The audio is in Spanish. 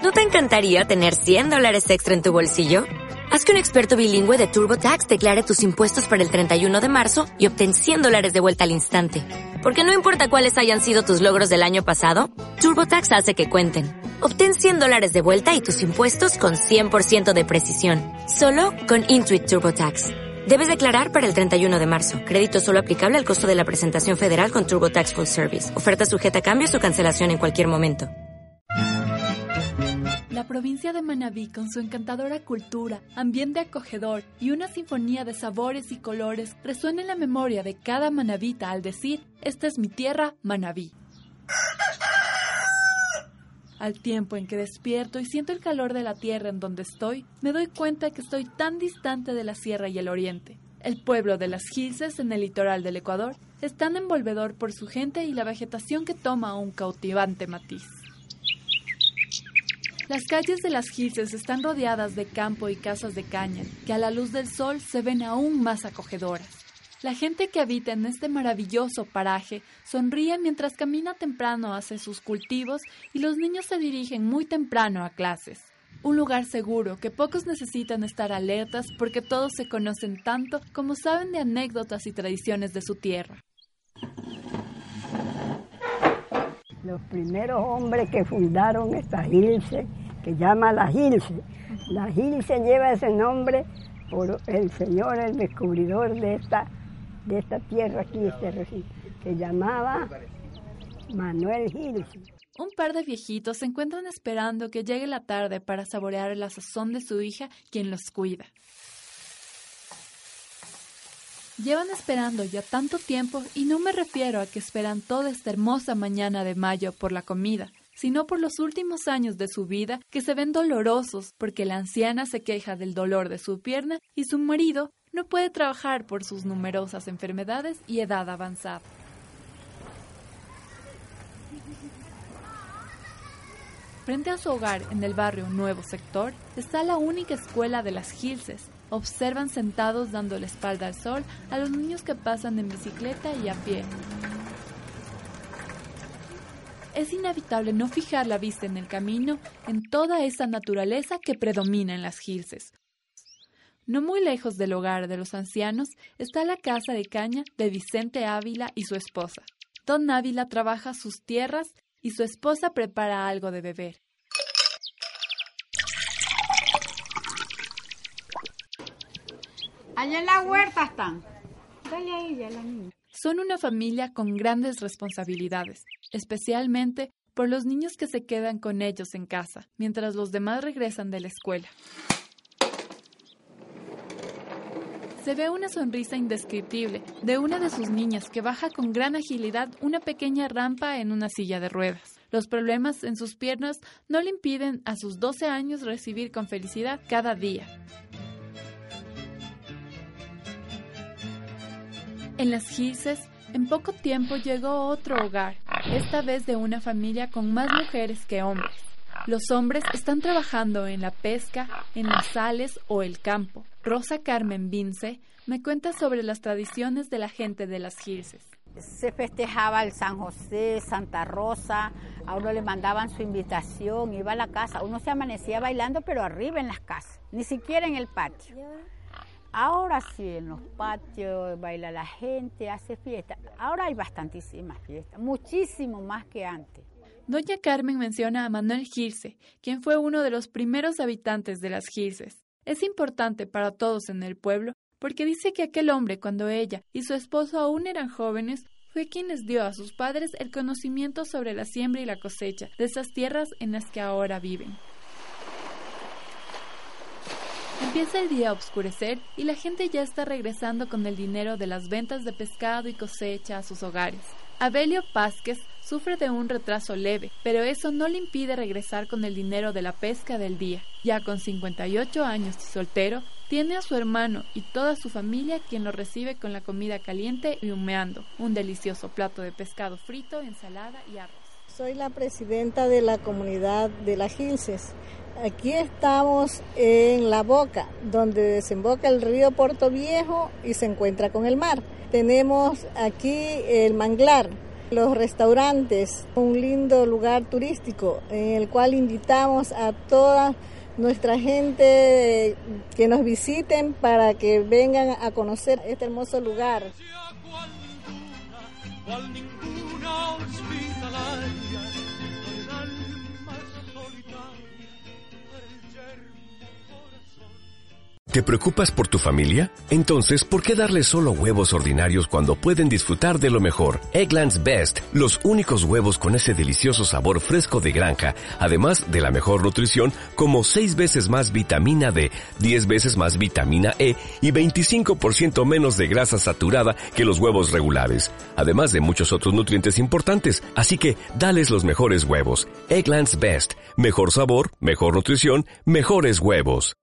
¿No te encantaría tener $100 extra en tu bolsillo? Haz que un experto bilingüe de TurboTax declare tus impuestos para el 31 de marzo y obtén $100 de vuelta al instante. Porque no importa cuáles hayan sido tus logros del año pasado, TurboTax hace que cuenten. Obtén $100 de vuelta y tus impuestos con 100% de precisión. Solo con Intuit TurboTax. Debes declarar para el 31 de marzo. Crédito solo aplicable al costo de la presentación federal con TurboTax Full Service. Oferta sujeta a cambios o cancelación en cualquier momento. La provincia de Manabí, con su encantadora cultura, ambiente acogedor y una sinfonía de sabores y colores, resuena en la memoria de cada manabita al decir: esta es mi tierra, Manabí. Al tiempo en que despierto y siento el calor de la tierra en donde estoy, me doy cuenta que estoy tan distante de la sierra y el oriente. El pueblo de Las Gilses, en el litoral del Ecuador, es tan envolvedor por su gente y la vegetación que toma un cautivante matiz. Las calles de Las Gilses están rodeadas de campo y casas de caña, que a la luz del sol se ven aún más acogedoras. La gente que habita en este maravilloso paraje sonríe mientras camina temprano hacia sus cultivos y los niños se dirigen muy temprano a clases. Un lugar seguro que pocos necesitan estar alertas porque todos se conocen tanto como saben de anécdotas y tradiciones de su tierra. Los primeros hombres que fundaron esta Gilse, que llama la Gilse. La Gilse lleva ese nombre por el señor, el descubridor de esta tierra aquí, este recinto, que llamaba Manuel Gilse. Un par de viejitos se encuentran esperando que llegue la tarde para saborear la sazón de su hija, quien los cuida. Llevan esperando ya tanto tiempo y no me refiero a que esperan toda esta hermosa mañana de mayo por la comida, sino por los últimos años de su vida que se ven dolorosos porque la anciana se queja del dolor de su pierna y su marido no puede trabajar por sus numerosas enfermedades y edad avanzada. Frente a su hogar, en el barrio Nuevo Sector, está la única escuela de Las Gilses. Observan sentados dando la espalda al sol a los niños que pasan en bicicleta y a pie. Es inevitable no fijar la vista en el camino, en toda esa naturaleza que predomina en Las Gilses. No muy lejos del hogar de los ancianos está la casa de caña de Vicente Ávila y su esposa. Don Ávila trabaja sus tierras y su esposa prepara algo de beber. Allá en la huerta están. Dale a ella, la niña. Son una familia con grandes responsabilidades, especialmente por los niños que se quedan con ellos en casa, mientras los demás regresan de la escuela. Se ve una sonrisa indescriptible de una de sus niñas que baja con gran agilidad una pequeña rampa en una silla de ruedas. Los problemas en sus piernas no le impiden a sus 12 años recibir con felicidad cada día. En Las Gilses, en poco tiempo llegó otro hogar, esta vez de una familia con más mujeres que hombres. Los hombres están trabajando en la pesca, en las sales o el campo. Rosa Carmen Vince me cuenta sobre las tradiciones de la gente de Las Gilses. Se festejaba el San José, Santa Rosa, a uno le mandaban su invitación, iba a la casa, uno se amanecía bailando pero arriba en las casas, ni siquiera en el patio. Ahora sí, en los patios baila la gente, hace fiesta. Ahora hay bastantísimas fiestas, muchísimo más que antes. Doña Carmen menciona a Manuel Gilse, quien fue uno de los primeros habitantes de Las Gilses. Es importante para todos en el pueblo porque dice que aquel hombre, cuando ella y su esposo aún eran jóvenes, fue quien les dio a sus padres el conocimiento sobre la siembra y la cosecha de esas tierras en las que ahora viven. Empieza el día a oscurecer y la gente ya está regresando con el dinero de las ventas de pescado y cosecha a sus hogares. Abelio Pázquez sufre de un retraso leve, pero eso no le impide regresar con el dinero de la pesca del día. Ya con 58 años y soltero, tiene a su hermano y toda su familia quien lo recibe con la comida caliente y humeando, un delicioso plato de pescado frito, ensalada y arroz. Soy la presidenta de la comunidad de Las Gilses. Aquí estamos en la boca, donde desemboca el río Puerto Viejo y se encuentra con el mar. Tenemos aquí el manglar. Los restaurantes, un lindo lugar turístico en el cual invitamos a toda nuestra gente que nos visiten para que vengan a conocer este hermoso lugar. ¿Te preocupas por tu familia? Entonces, ¿por qué darles solo huevos ordinarios cuando pueden disfrutar de lo mejor? Eggland's Best, los únicos huevos con ese delicioso sabor fresco de granja, además de la mejor nutrición, como 6 veces más vitamina D, 10 veces más vitamina E y 25% menos de grasa saturada que los huevos regulares, además de muchos otros nutrientes importantes. Así que, dales los mejores huevos. Eggland's Best, mejor sabor, mejor nutrición, mejores huevos.